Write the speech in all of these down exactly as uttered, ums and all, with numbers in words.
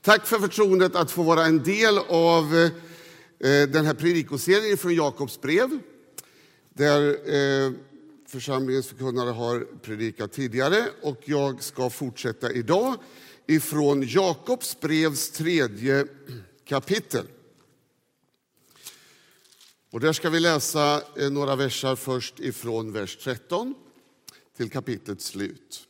Tack för förtroendet att få vara en del av eh, den här predikoserien från Jakobs brev. Där eh, församlingens förkunnare har predikat tidigare. Och jag ska fortsätta idag ifrån Jakobs brevs tredje kapitel. Och där ska vi läsa eh, några versar först ifrån vers tretton till kapitlets slut.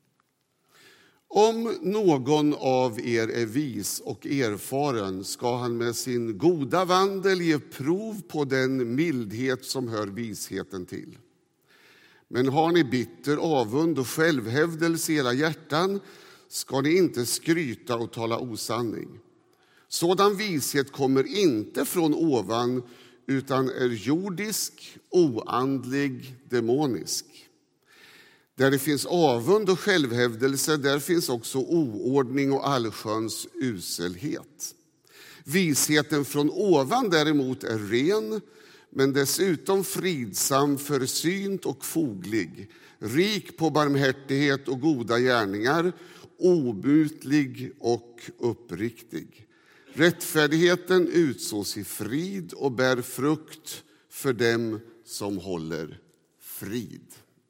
Om någon av er är vis och erfaren ska han med sin goda vandel ge prov på den mildhet som hör visheten till. Men har ni bitter avund och självhävdelse i era hjärtan ska ni inte skryta och tala osanning. Sådan vishet kommer inte från ovan utan är jordisk, oandlig, demonisk. Där det finns avund och självhävdelse, där finns också oordning och allsköns uselhet. Visheten från ovan däremot är ren, men dessutom fridsam, försynt och foglig, rik på barmhärtighet och goda gärningar, obutlig och uppriktig. Rättfärdigheten utsås i frid och bär frukt för dem som håller frid.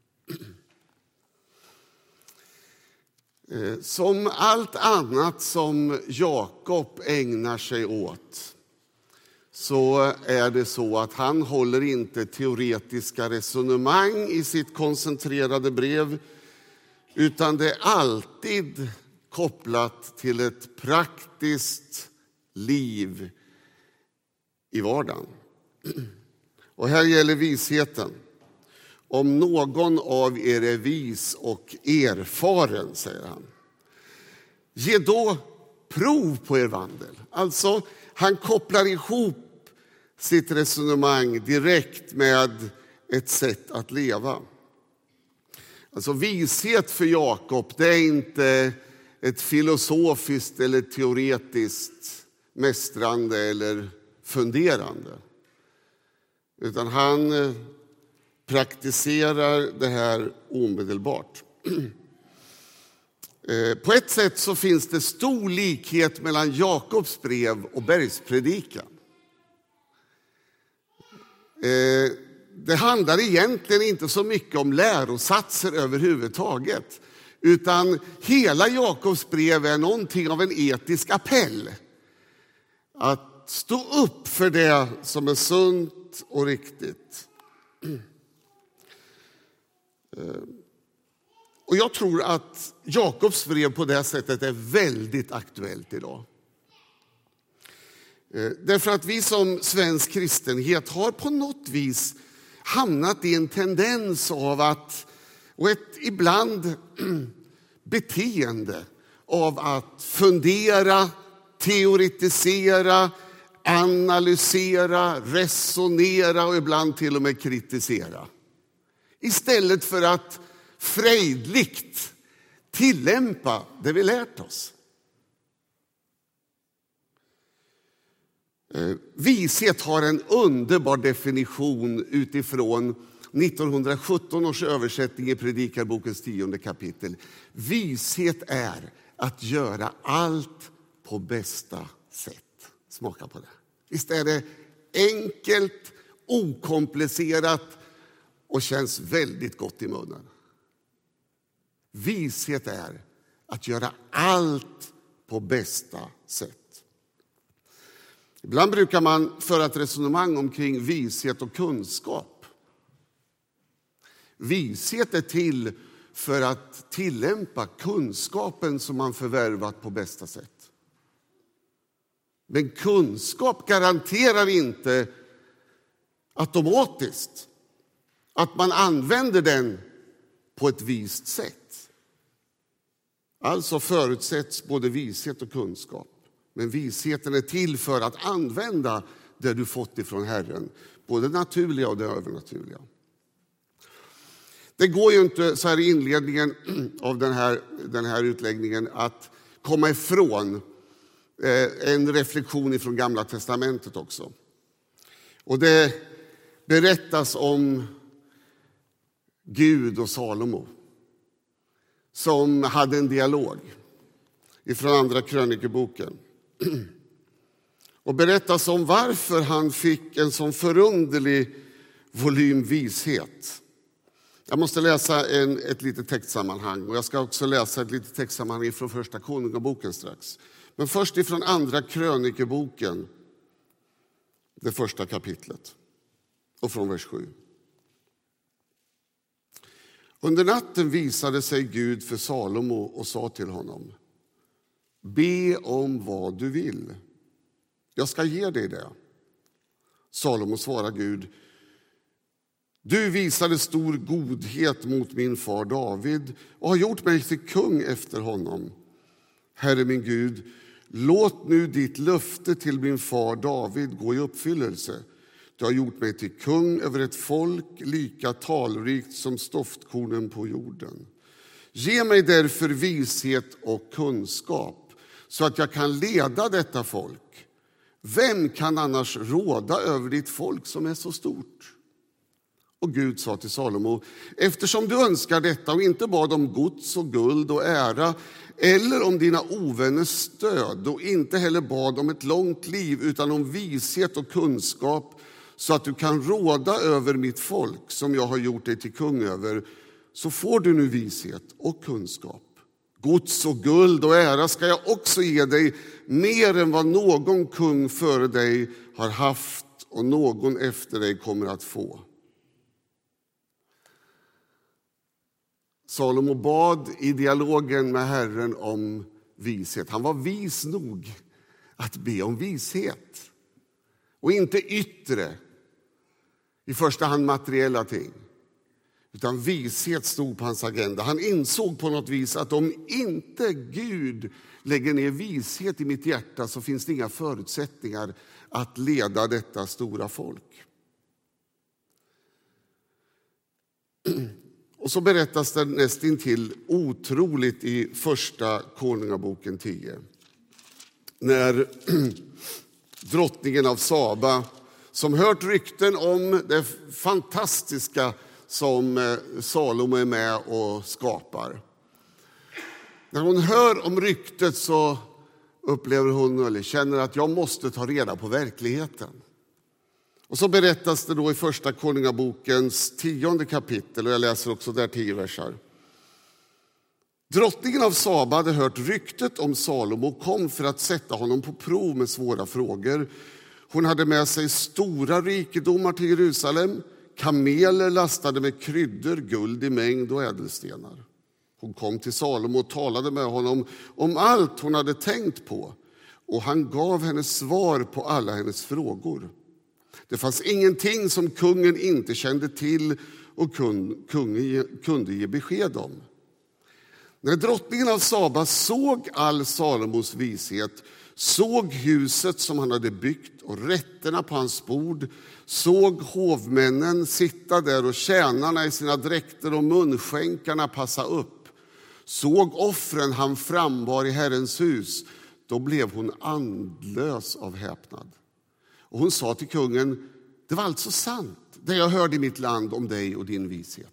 Som allt annat som Jakob ägnar sig åt så är det så att han håller inte teoretiska resonemang i sitt koncentrerade brev, utan det är alltid kopplat till ett praktiskt liv i vardagen. Och här gäller visheten. Om någon av er är vis och erfaren, säger han, ge då prov på er vandel. Alltså, han kopplar ihop sitt resonemang direkt med ett sätt att leva. Alltså, vishet för Jakob, det är inte ett filosofiskt eller teoretiskt mästrande eller funderande. Utan han praktiserar det här omedelbart. På ett sätt så finns det stor likhet mellan Jakobs brev och bergspredikan. Det handlar egentligen inte så mycket om lärosatser överhuvudtaget, utan hela Jakobs brev är någonting av en etisk appell. Att stå upp för det som är sunt och riktigt. Och jag tror att Jakobs brev på det sättet är väldigt aktuellt idag. Därför att vi som svensk kristenhet har på något vis hamnat i en tendens av att, och ett ibland beteende av att fundera, teoretisera, analysera, resonera och ibland till och med kritisera. Istället för att frejdligt tillämpa det vi lärt oss. Vishet har en underbar definition utifrån nittonhundrasjutton års översättning i Predikarbokens tionde kapitel. Vishet är att göra allt på bästa sätt. Smaka på det. Visst är det enkelt, okomplicerat och känns väldigt gott i munnen. Vishet är att göra allt på bästa sätt. Ibland brukar man föra ett resonemang omkring vishet och kunskap. Vishet är till för att tillämpa kunskapen som man förvärvat på bästa sätt. Men kunskap garanterar inte automatiskt att man använder den på ett vist sätt. Alltså förutsätts både vishet och kunskap. Men visheten är till för att använda det du fått ifrån Herren. Både det naturliga och det övernaturliga. Det går ju inte så här i inledningen av den här, den här utläggningen att komma ifrån eh, en reflektion från Gamla testamentet också. Och det berättas om Gud och Salomo som hade en dialog. ifrån andra krönikeboken. Och berättas om varför han fick en sån förunderlig volym vishet. Jag måste läsa en, ett litet textsammanhang, och jag ska också läsa ett litet textsammanhang från första konungaboken strax. Men först ifrån andra krönikeboken, det första kapitlet, och från vers sju. Under natten visade sig Gud för Salomo och sa till honom: be om vad du vill. Jag ska ge dig det. Salomo svarade Gud: du visade stor godhet mot min far David och har gjort mig till kung efter honom. Herre min Gud, låt nu ditt löfte till min far David gå i uppfyllelse. Du har gjort mig till kung över ett folk lika talrikt som stoftkornen på jorden. Ge mig därför vishet och kunskap så att jag kan leda detta folk. Vem kan annars råda över ditt folk som är så stort? Och Gud sa till Salomo: eftersom du önskar detta och inte bad om gods och guld och ära eller om dina ovänners stöd och inte heller bad om ett långt liv utan om vishet och kunskap så att du kan råda över mitt folk som jag har gjort dig till kung över, så får du nu vishet och kunskap. Gods och guld och ära ska jag också ge dig, mer än vad någon kung före dig har haft och någon efter dig kommer att få. Salomo bad i dialogen med Herren om vishet. Han var vis nog att be om vishet. Och inte yttre, i första hand materiella ting. Utan vishet stod på hans agenda. Han insåg på något vis att om inte Gud lägger ner vishet i mitt hjärta så finns det inga förutsättningar att leda detta stora folk. Och så berättas det nästintill otroligt i första konungaboken tio. När drottningen av Saba, som hört rykten om det fantastiska som Salomo är med och skapar. När hon hör om ryktet så upplever hon eller känner att jag måste ta reda på verkligheten. Och så berättas det då i första konungabokens tionde kapitel, och jag läser också där tio versar. Drottningen av Saba hade hört ryktet om Salomo och kom för att sätta honom på prov med svåra frågor. Hon hade med sig stora rikedomar till Jerusalem, kameler lastade med kryddor, guld i mängd och ädelstenar. Hon kom till Salomo och talade med honom om allt hon hade tänkt på, och han gav henne svar på alla hennes frågor. Det fanns ingenting som kungen inte kände till och kungen kunde ge besked om. När drottningen av Saba såg all Salomos vishet, såg huset som han hade byggt och rätterna på hans bord, såg hovmännen sitta där och tjänarna i sina dräkter och munskänkarna passa upp, såg offren han frambar i Herrens hus, då blev hon andlös av häpnad. Och hon sa till kungen: det var alltså sant det jag hörde i mitt land om dig och din vishet.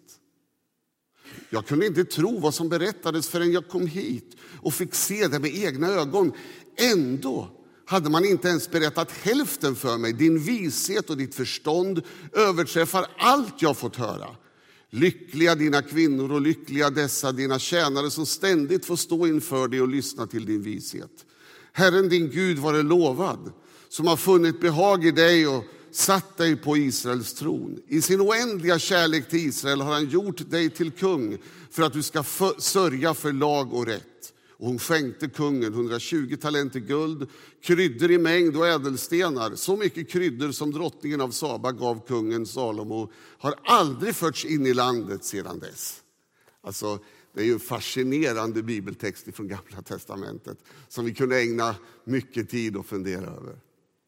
Jag kunde inte tro vad som berättades förrän jag kom hit och fick se det med egna ögon. Ändå hade man inte ens berättat hälften för mig. Din vishet och ditt förstånd överträffar allt jag fått höra. Lyckliga dina kvinnor och lyckliga dessa dina tjänare som ständigt får stå inför dig och lyssna till din vishet. Herren din Gud var det lovad, som har funnit behag i dig och satt dig på Israels tron. I sin oändliga kärlek till Israel har han gjort dig till kung för att du ska sörja för lag och rätt. Och hon skänkte kungen hundratjugo talenter guld, kryddor i mängd och ädelstenar. Så mycket kryddor som drottningen av Saba gav kungen Salomo har aldrig förts in i landet sedan dess. Alltså, det är ju en fascinerande bibeltext från Gamla testamentet som vi kunde ägna mycket tid att fundera över.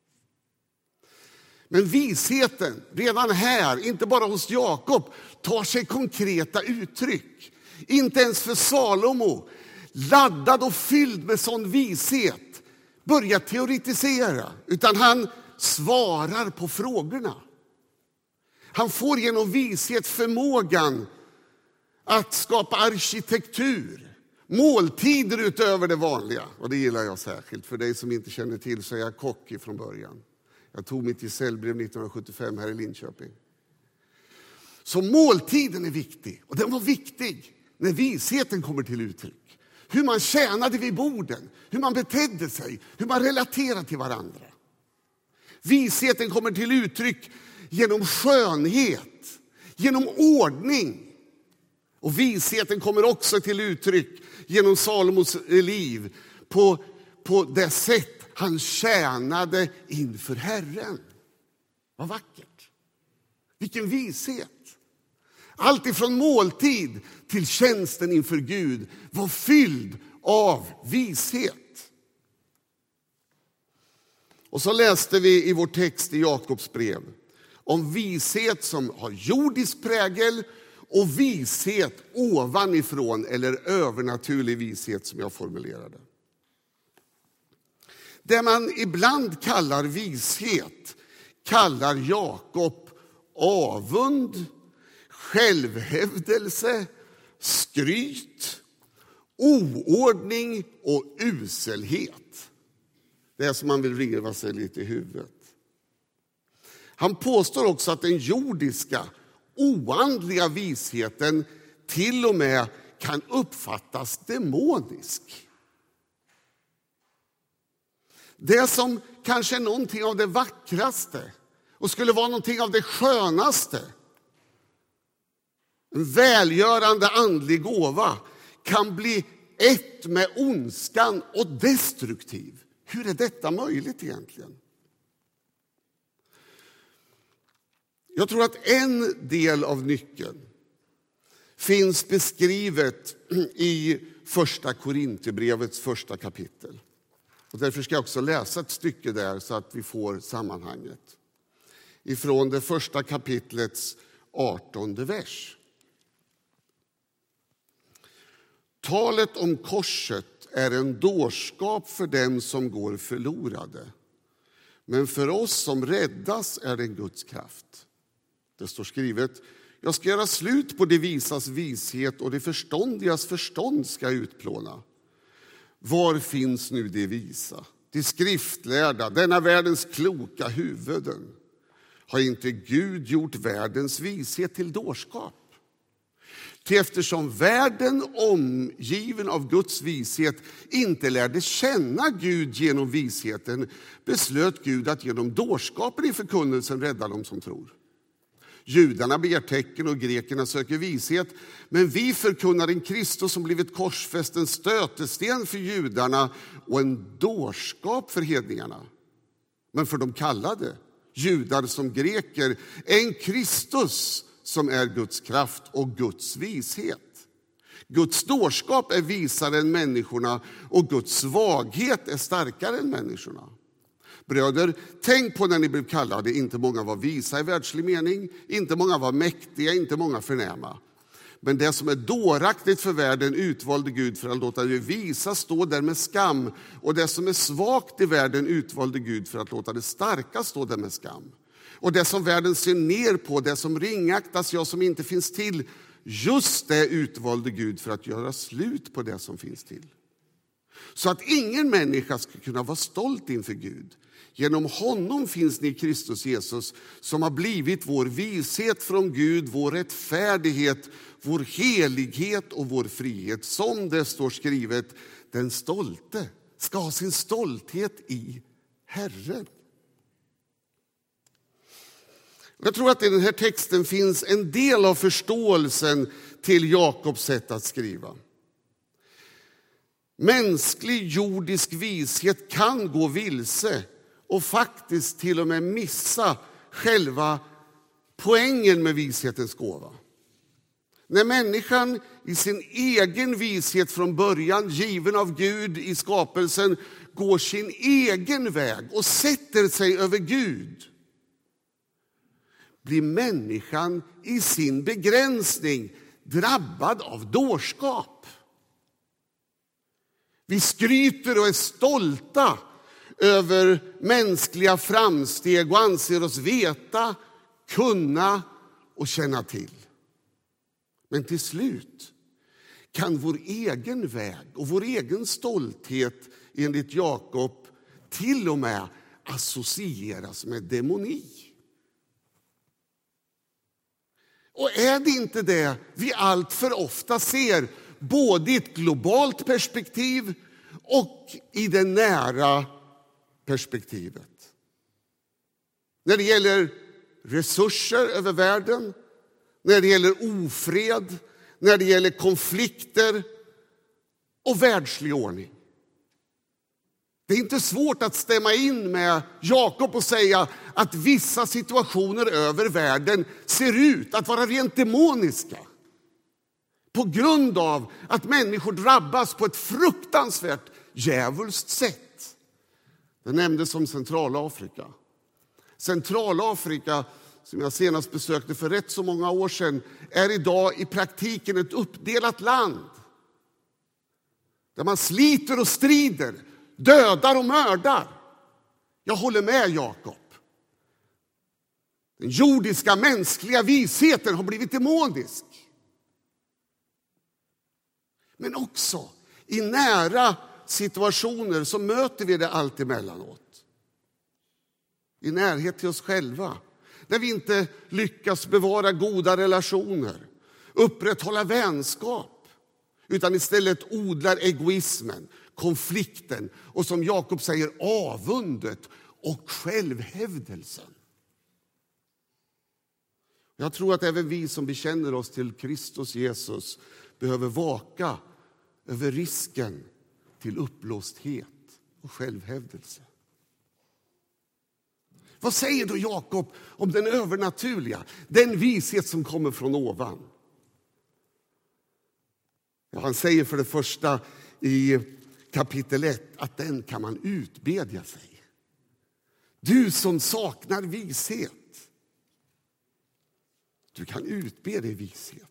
Men visheten, redan här, inte bara hos Jakob, tar sig konkreta uttryck. Inte ens för Salomo, laddad och fylld med sån vishet, börjar teoretisera, utan han svarar på frågorna. Han får genom vishet förmågan att skapa arkitektur, Måltider utöver det vanliga. Och det gillar jag särskilt. För dig som inte känner till så är jag kock från början. Jag tog mitt gesällbrev nittonhundrasjuttiofem här i Linköping. Så måltiden är viktig. Och den var viktig när visheten kommer till uttryck. Hur man tjänade vid borden. Hur man betedde sig. Hur man relaterade till varandra. Visheten kommer till uttryck genom skönhet. Genom ordning. Och visheten kommer också till uttryck genom Salomos liv. På, på det sätt han tjänade inför Herren. Vad vackert. Vilken vishet. Allt ifrån måltid till tjänsten inför Gud var fylld av vishet. Och så läste vi i vår text i Jakobs brev om vishet som har jordisk prägel och vishet ovanifrån eller övernaturlig vishet som jag formulerade. Det man ibland kallar vishet kallar Jakob avund, självhävdelse, skryt, oordning och uselhet. Det är som man vill riva sig lite i huvudet. Han påstår också att den jordiska, oandliga visheten till och med kan uppfattas demonisk. Det som kanske är någonting av det vackraste och skulle vara någonting av det skönaste, en välgörande andlig gåva, kan bli ett med ondskan och destruktiv. Hur är detta möjligt egentligen? Jag tror att en del av nyckeln finns beskrivet i första Korinthierbrevets första kapitel. Och därför ska jag också läsa ett stycke där så att vi får sammanhanget. Ifrån det första kapitlets artonde vers. Talet om korset är en dårskap för dem som går förlorade. Men för oss som räddas är det Guds kraft. Det står skrivet: jag ska göra slut på det visas vishet och det förståndigas förstånd ska utplåna. Var finns nu det visa? De skriftlärda, denna världens kloka huvuden. Har inte Gud gjort världens vishet till dårskap? Ty eftersom världen omgiven av Guds vishet inte lärde känna Gud genom visheten, beslöt Gud att genom dårskapen i förkunnelsen rädda dem som tror. Judarna begär tecken och grekerna söker vishet, men vi förkunnar en Kristus som blivit korsfäst, en stötesten för judarna och en dårskap för hedningarna. Men för de kallade, judar som greker, en Kristus som är Guds kraft och Guds vishet. Guds dårskap är visare än människorna och Guds svaghet är starkare än människorna. Bröder, tänk på när ni blev kallade. Inte många var visa i världslig mening, inte många var mäktiga, inte många förnäma. Men det som är dåraktigt för världen utvalde Gud för att låta det visa stå där med skam. Och det som är svagt i världen utvalde Gud för att låta det starka stå där med skam. Och det som världen ser ner på, det som ringaktas, ja, som inte finns till, just det utvalde Gud för att göra slut på det som finns till. Så att ingen människa ska kunna vara stolt inför Gud. Genom honom finns ni i Kristus Jesus som har blivit vår vishet från Gud, vår rättfärdighet, vår helighet och vår frihet. Som det står skrivet, den stolte ska ha sin stolthet i Herren. Jag tror att i den här texten finns en del av förståelsen till Jakobs sätt att skriva. Mänsklig jordisk vishet kan gå vilse och faktiskt till och med missa själva poängen med vishetens gåva. När människan i sin egen vishet från början, given av Gud i skapelsen, går sin egen väg och sätter sig över Gud, blir människan i sin begränsning drabbad av dårskap. Vi skryter och är stolta över mänskliga framsteg och anser oss veta, kunna och känna till. Men till slut kan vår egen väg och vår egen stolthet enligt Jakob till och med associeras med demoni. Och är det inte det vi allt för ofta ser, både i ett globalt perspektiv och i det nära perspektivet? När det gäller resurser över världen, när det gäller ofred, när det gäller konflikter och världslig ordning. Det är inte svårt att stämma in med Jakob och säga att vissa situationer över världen ser ut att vara rent demoniska. På grund av att människor drabbas på ett fruktansvärt djävulskt sätt. Det nämndes som Centralafrika. Centralafrika, som jag senast besökte för rätt så många år sedan, är idag i praktiken ett uppdelat land. Där man sliter och strider, dödar och mördar. Jag håller med Jakob. Den jordiska mänskliga visheten har blivit demonisk. Men också i nära situationer så möter vi det allt emellanåt. I närhet till oss själva. Där vi inte lyckas bevara goda relationer, upprätthålla vänskap, utan istället odlar egoismen, konflikten och som Jakob säger avundet och självhävdelsen. Jag tror att även vi som bekänner oss till Kristus Jesus behöver vaka över risken till uppblåsthet och självhävdelse. Vad säger då Jakob om den övernaturliga, den vishet som kommer från ovan? Ja, han säger för det första i kapitel ett att den kan man utbedja sig. Du som saknar vishet, du kan utbe dig vishet.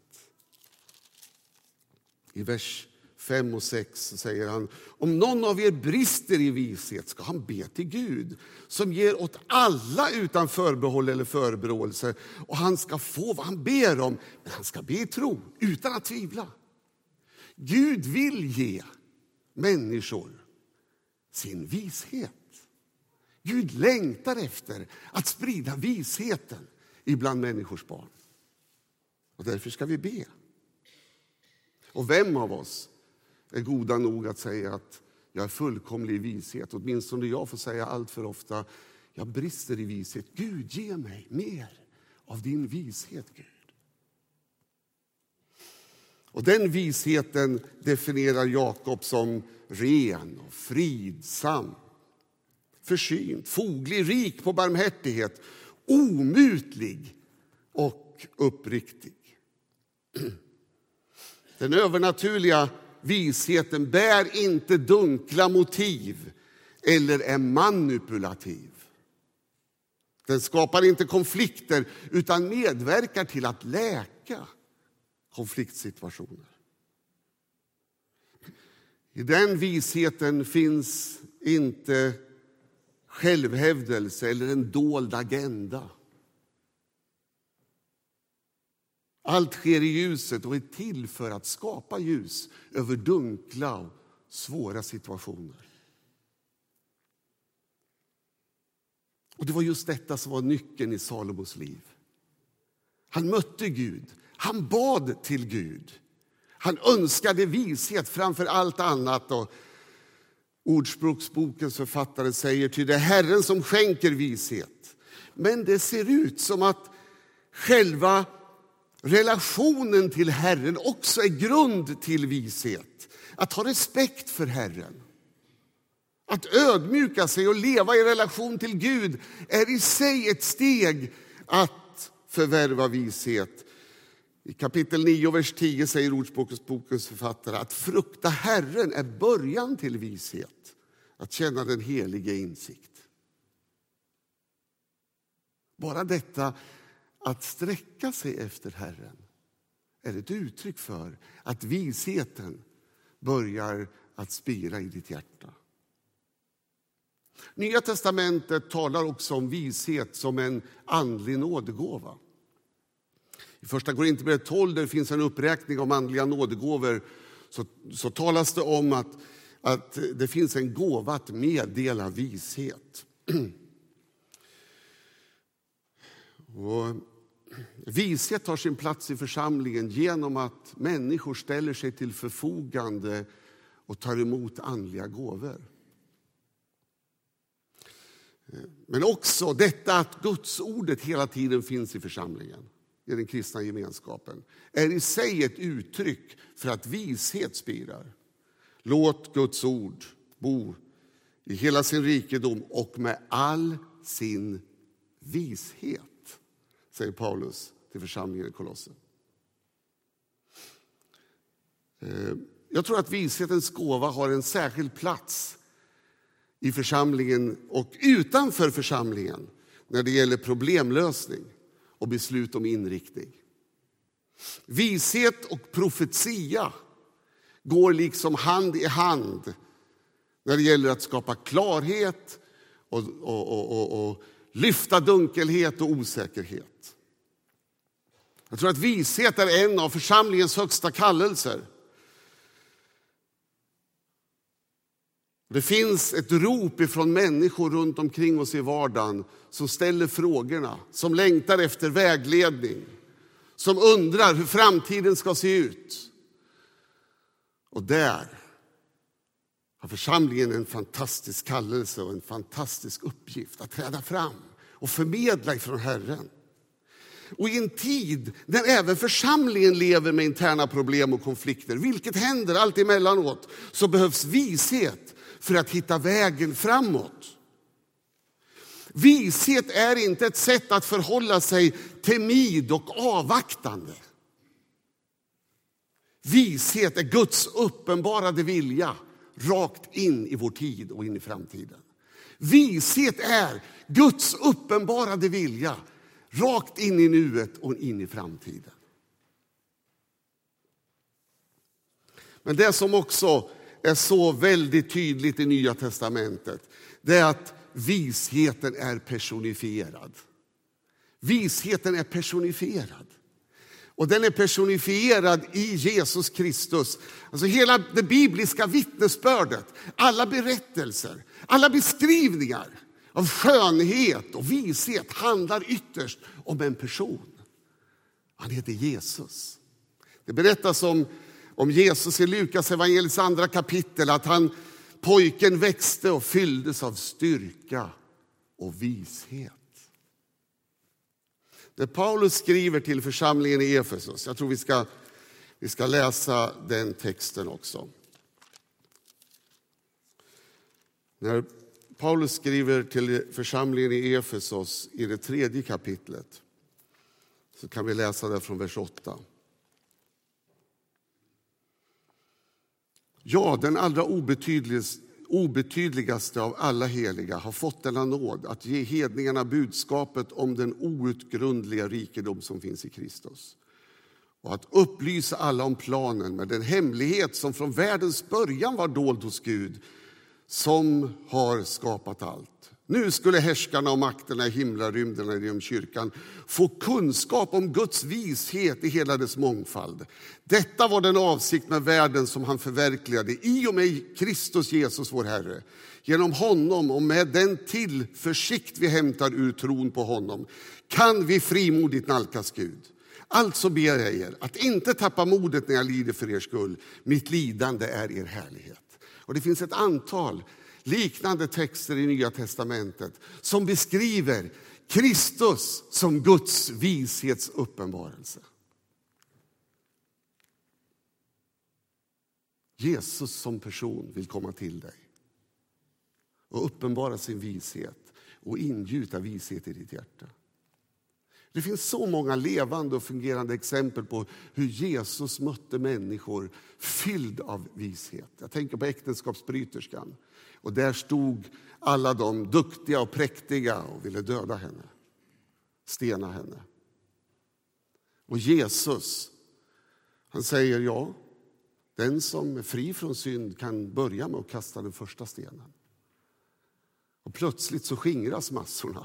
I vers fem och sex säger han: om någon av er brister i vishet ska han be till Gud som ger åt alla utan förbehåll eller förebråelse, och han ska få vad han ber om, men han ska be i tro utan att tvivla. Gud vill ge människor sin vishet. Gud längtar efter att sprida visheten ibland människors barn. Och därför ska vi be. Och vem av oss är goda nog att säga att jag är fullkomlig i vishet? Åtminstone jag får säga allt för ofta: jag brister i vishet. Gud, ge mig mer av din vishet, Gud. Och den visheten definierar Jakob som ren och fridsam, försynt, foglig, rik på barmhärtighet, omutlig och uppriktig. Den övernaturliga visheten bär inte dunkla motiv eller är manipulativ. Den skapar inte konflikter utan medverkar till att läka konfliktsituationer. I den visheten finns inte självhävdelse eller en dold agenda. Allt sker i ljuset och är till för att skapa ljus över dunkla och svåra situationer. Och det var just detta som var nyckeln i Salomos liv. Han mötte Gud. Han bad till Gud. Han önskade vishet framför allt annat. Och Ordspråksbokens författare säger till det är Herren som skänker vishet. Men det ser ut som att själva relationen till Herren också är grund till vishet. Att ha respekt för Herren. Att ödmjuka sig och leva i relation till Gud är i sig ett steg att förvärva vishet. I kapitel nio, vers tio säger Ordspråksbokens författare att frukta Herren är början till vishet. Att känna den helige insikt. Bara detta att sträcka sig efter Herren är ett uttryck för att visheten börjar att spira i ditt hjärta. Nya testamentet talar också om vishet som en andlig nådegåva. I första Korinthierbrevet tolv där finns en uppräkning om andliga nådegåvor. så, så talas det om att, att det finns en gåva att meddela vishet. Och vishet har sin plats i församlingen genom att människor ställer sig till förfogande och tar emot andliga gåvor. Men också detta att Guds ordet hela tiden finns i församlingen, i den kristna gemenskapen, är i sig ett uttryck för att vishet spirar. Låt Guds ord bo i hela sin rikedom och med all sin vishet, säger Paulus till församlingen i Kolosse. Jag tror att vishetens gåva har en särskild plats i församlingen och utanför församlingen när det gäller problemlösning och beslut om inriktning. Vishet och profetia går liksom hand i hand när det gäller att skapa klarhet och, och, och, och, och lyfta dunkelhet och osäkerhet. Jag tror att vishet är en av församlingens högsta kallelser. Det finns ett rop ifrån människor runt omkring oss i vardagen som ställer frågorna, som längtar efter vägledning, som undrar hur framtiden ska se ut. Och där har församlingen en fantastisk kallelse och en fantastisk uppgift att träda fram och förmedla ifrån Herren. Och i en tid när även församlingen lever med interna problem och konflikter, vilket händer allt emellanåt, så behövs vishet för att hitta vägen framåt. Vishet är inte ett sätt att förhålla sig timid och avvaktande. Vishet är Guds uppenbarade vilja rakt in i vår tid och in i framtiden. Vishet är Guds uppenbarade vilja rakt in i nuet och in i framtiden. Men det som också är så väldigt tydligt i Nya testamentet, det är att visheten är personifierad. Visheten är personifierad. Och den är personifierad i Jesus Kristus. Alltså hela det bibliska vittnesbördet, alla berättelser, alla beskrivningar av skönhet och vishet handlar ytterst om en person. Han heter Jesus. Det berättas om, om Jesus i Lukas evangeliets andra kapitel, att han, pojken växte och fylldes av styrka och vishet. Det Paulus skriver till församlingen i Efesos, jag tror vi ska, vi ska läsa den texten också. När Paulus skriver till församlingen i Efesos i det tredje kapitlet, så kan vi läsa det från vers åtta. Ja, den allra obetydligaste, obetydligaste av alla heliga har fått denna nåd att ge hedningarna budskapet om den outgrundliga rikedom som finns i Kristus. Och att upplysa alla om planen med den hemlighet som från världens början var dold hos Gud, som har skapat allt. Nu skulle härskarna och makterna i himlarymderna genom kyrkan få kunskap om Guds vishet i hela dess mångfald. Detta var den avsikt med världen som han förverkligade i och med Kristus Jesus vår Herre. Genom honom och med den tillförsikt vi hämtar ur tron på honom kan vi frimodigt nalkas Gud. Alltså ber jag er att inte tappa modet när jag lider för er skull. Mitt lidande är er härlighet. Och det finns ett antal liknande texter i Nya testamentet som beskriver Kristus som Guds vishets uppenbarelse. Jesus som person vill komma till dig och uppenbara sin vishet och ingjuta vishet i ditt hjärta. Det finns så många levande och fungerande exempel på hur Jesus mötte människor fylld av vishet. Jag tänker på äktenskapsbryterskan. Och där stod alla de duktiga och präktiga och ville döda henne. Stena henne. Och Jesus, han säger ja. Den som är fri från synd kan börja med att kasta den första stenen. Och plötsligt så skingras massorna.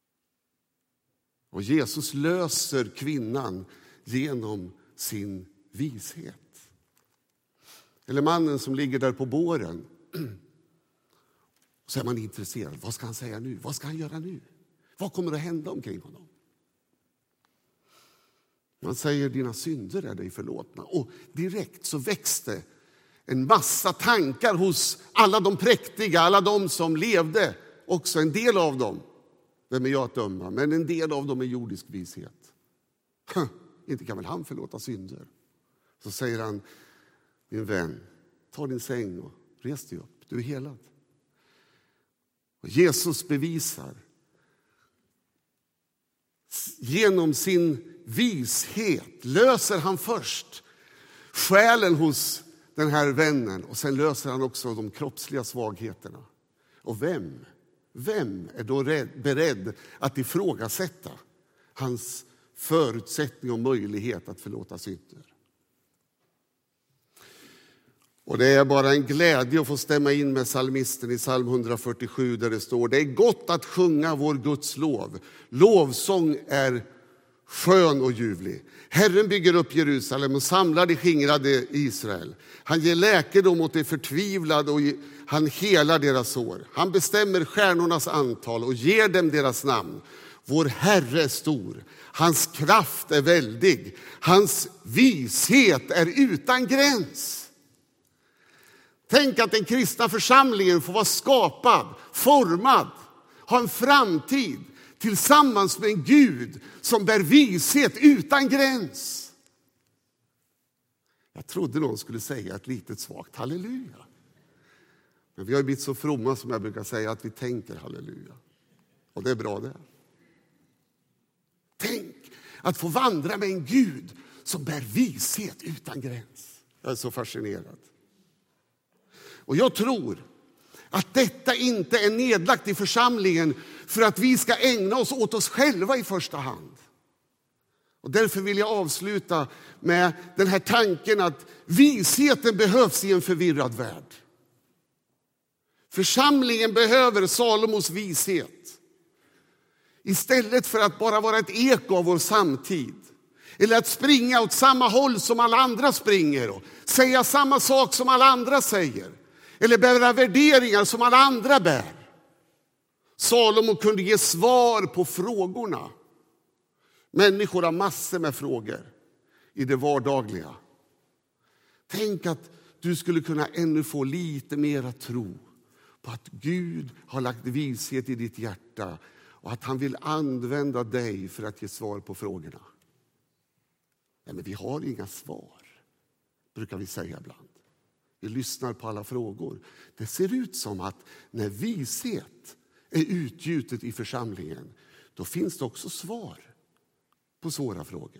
Och Jesus löser kvinnan genom sin vishet. Eller mannen som ligger där på båren. Så är man intresserad. Vad ska han säga nu? Vad ska han göra nu? Vad kommer att hända omkring honom? Man säger, dina synder är dig förlåtna. Och direkt så växte en massa tankar hos alla de präktiga, alla de som levde. Också en del av dem, vem är jag att döma, men en del av dem är jordisk vishet. Inte kan väl han förlåta synder? Så säger han, min vän, ta din säng och res dig upp, du är helad. Och Jesus bevisar genom sin vishet, löser han först själen hos den här vännen och sen löser han också de kroppsliga svagheterna. Och vem, vem är då rädd, beredd att ifrågasätta hans förutsättning och möjlighet att förlåta synder? Och det är bara en glädje att få stämma in med psalmisten i psalm hundrafyrtiosju där det står, det är gott att sjunga vår Guds lov. Lovsång är skön och ljuvlig. Herren bygger upp Jerusalem och samlar det skingrade Israel. Han ger läkedom åt det förtvivlade och han helar deras sår. Han bestämmer stjärnornas antal och ger dem deras namn. Vår Herre är stor, hans kraft är väldig, hans vishet är utan gräns. Tänk att den kristna församlingen får vara skapad, formad, ha en framtid tillsammans med en Gud som bär vishet utan gräns. Jag trodde någon skulle säga ett litet svagt halleluja. Men vi har blivit så fromma som jag brukar säga att vi tänker halleluja. Och det är bra det. Tänk att få vandra med en Gud som bär vishet utan gräns. Jag är så fascinerad. Och jag tror att detta inte är nedlagt i församlingen för att vi ska ägna oss åt oss själva i första hand. Och därför vill jag avsluta med den här tanken att visheten behövs i en förvirrad värld. Församlingen behöver Salomos vishet. Istället för att bara vara ett eko av vår samtid. Eller att springa åt samma håll som alla andra springer och säga samma sak som alla andra säger. Eller bära värderingar som alla andra bär. Salomo kunde ge svar på frågorna. Människor har massor med frågor i det vardagliga. Tänk att du skulle kunna ännu få lite mera tro på att Gud har lagt vishet i ditt hjärta och att han vill använda dig för att ge svar på frågorna. Nej, men vi har inga svar, brukar vi säga ibland. Vi lyssnar på alla frågor. Det ser ut som att när vishet är utgjutet i församlingen, då finns det också svar på svåra frågor.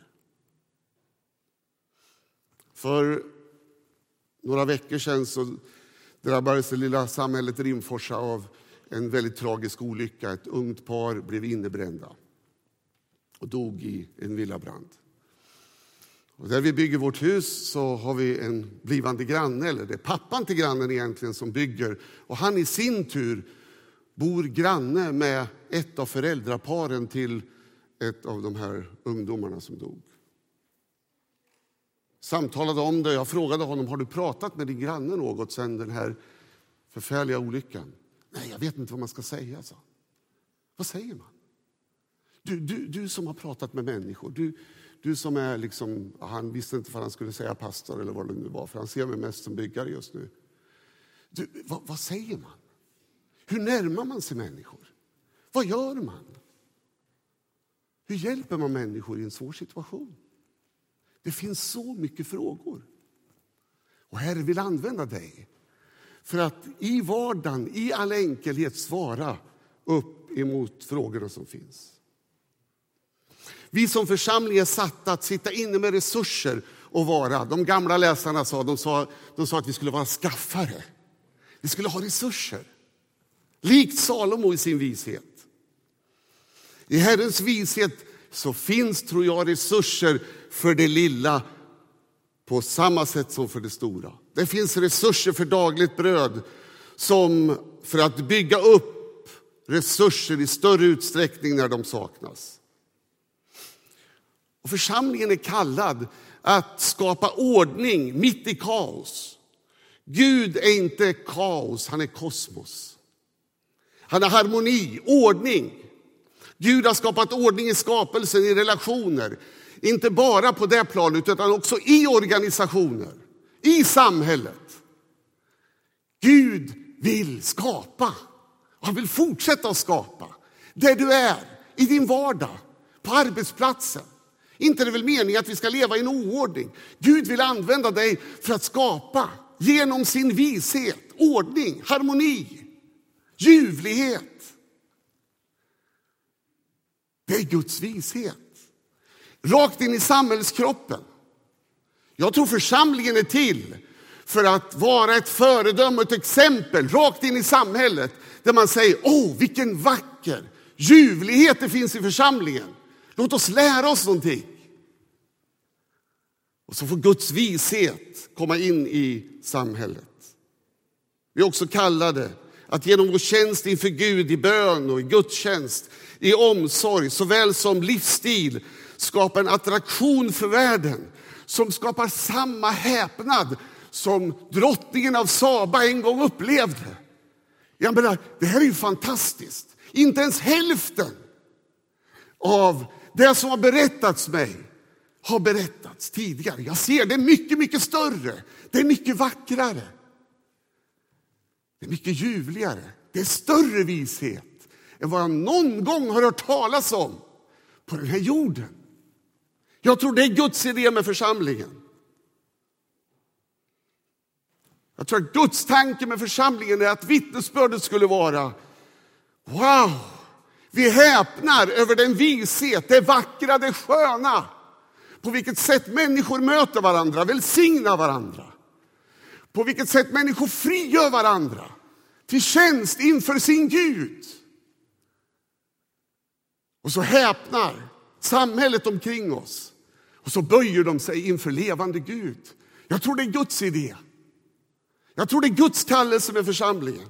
För några veckor sedan så drabbades det lilla samhället Rimforsa av en väldigt tragisk olycka. Ett ungt par blev innebrända och dog i en villabrand. Och där vi bygger vårt hus så har vi en blivande granne, eller det är pappan till grannen egentligen som bygger. Och han i sin tur bor granne med ett av föräldraparen till ett av de här ungdomarna som dog. Samtalade om det, jag frågade honom, har du pratat med din granne något sedan den här förfärliga olyckan? Nej, jag vet inte vad man ska säga, så. Vad säger man? Du, du, du som har pratat med människor, du, du som är liksom, han visste inte vad han skulle säga, pastor eller vad det nu var, för han ser mig mest som byggare just nu. Du, vad, vad säger man? Hur närmar man sig människor? Vad gör man? Hur hjälper man människor i en svår situation? Det finns så mycket frågor. Och Herre vill använda dig för att i vardagen, i all enkelhet svara upp emot frågorna som finns. Vi som församling är satta att sitta inne med resurser och vara. De gamla läsarna sa, de sa, de sa att vi skulle vara skaffare. Vi skulle ha resurser. Likt Salomo i sin vishet. I Herrens vishet så finns, tror jag, resurser för det lilla på samma sätt som för det stora. Det finns resurser för dagligt bröd som för att bygga upp resurser i större utsträckning när de saknas. Och församlingen är kallad att skapa ordning mitt i kaos. Gud är inte kaos, han är kosmos. Han är harmoni, ordning. Gud har skapat ordning i skapelsen, i relationer. Inte bara på det planet utan också i organisationer, i samhället. Gud vill skapa. Han vill fortsätta att skapa. Där du är, i din vardag, på arbetsplatsen. Inte är det väl meningen att vi ska leva i en oordning. Gud vill använda dig för att skapa genom sin vishet, ordning, harmoni, ljuvlighet. Det är Guds vishet. Rakt in i samhällskroppen. Jag tror församlingen är till för att vara ett föredöme, ett exempel, rakt in i samhället. Där man säger, åh vilken vacker ljuvlighet det finns i församlingen. Låt oss lära oss någonting. Och så får Guds vishet komma in i samhället. Vi är också kallade att genom vår tjänst inför Gud i bön och i gudstjänst, i omsorg såväl som livsstil, skapa en attraktion för världen som skapar samma häpnad som drottningen av Saba en gång upplevde. Jag menar, det här är ju fantastiskt. Inte ens hälften av det som har berättats mig har berättats tidigare. Jag ser det är mycket, mycket större. Det är mycket vackrare. Det är mycket ljuvligare. Det är större vishet än vad jag någon gång har hört talas om på den här jorden. Jag tror det är Guds idé med församlingen. Jag tror att Guds tanke med församlingen är att vittnesbördet skulle vara: wow, vi häpnar över den vishet, det vackra, det sköna. På vilket sätt människor möter varandra, välsignar varandra. På vilket sätt människor frigör varandra till tjänst inför sin Gud. Och så häpnar samhället omkring oss. Och så böjer de sig inför levande Gud. Jag tror det är Guds idé. Jag tror det är Guds kallelse med församlingen.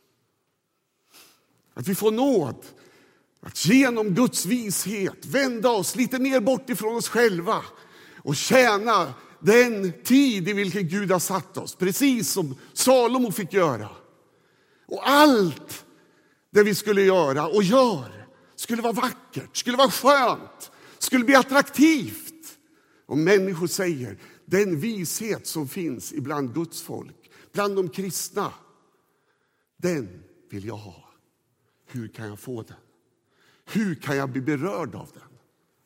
Att vi får nåd att genom Guds vishet vända oss lite mer bort ifrån oss själva och tjäna den tid i vilken Gud har satt oss. Precis som Salomo fick göra. Och allt det vi skulle göra och gör skulle vara vackert, skulle vara skönt, skulle bli attraktivt. Och människor säger, den vishet som finns ibland Guds folk, bland de kristna, den vill jag ha. Hur kan jag få den? Hur kan jag bli berörd av den?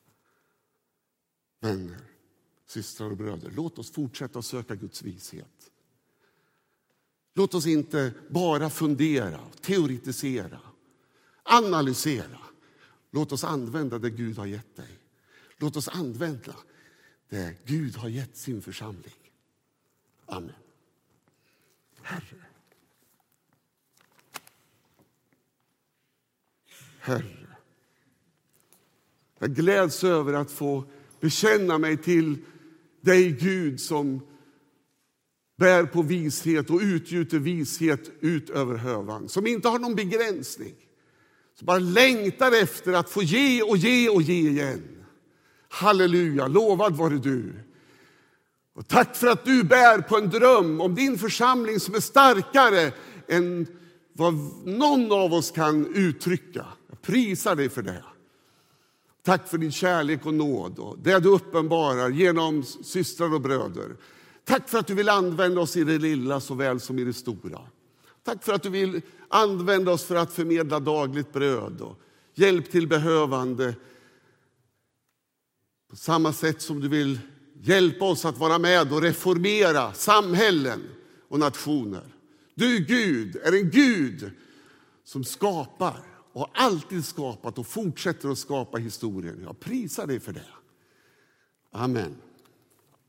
Vänner, systrar och bröder, låt oss fortsätta att söka Guds vishet. Låt oss inte bara fundera, teoretisera, analysera. Låt oss använda det Gud har gett dig. Låt oss använda det Gud har gett sin församling. Amen. Herre. Herre. Jag gläds över att få bekänna mig till dig, Gud, som bär på vishet och utgjuter vishet ut över hövan. Som inte har någon begränsning. Som bara längtar efter att få ge och ge och ge igen. Halleluja, lovad vare du. Och tack för att du bär på en dröm om din församling som är starkare än vad någon av oss kan uttrycka. Jag prisar dig för det. Tack för din kärlek och nåd och det du uppenbarar genom systrar och bröder. Tack för att du vill använda oss i det lilla såväl som i det stora. Tack för att du vill använda oss för att förmedla dagligt bröd och hjälp till behövande. På samma sätt som du vill hjälpa oss att vara med och reformera samhällen och nationer. Du, Gud, är en Gud som skapar och har alltid skapat och fortsätter att skapa historien. Jag prisar dig för det. Amen.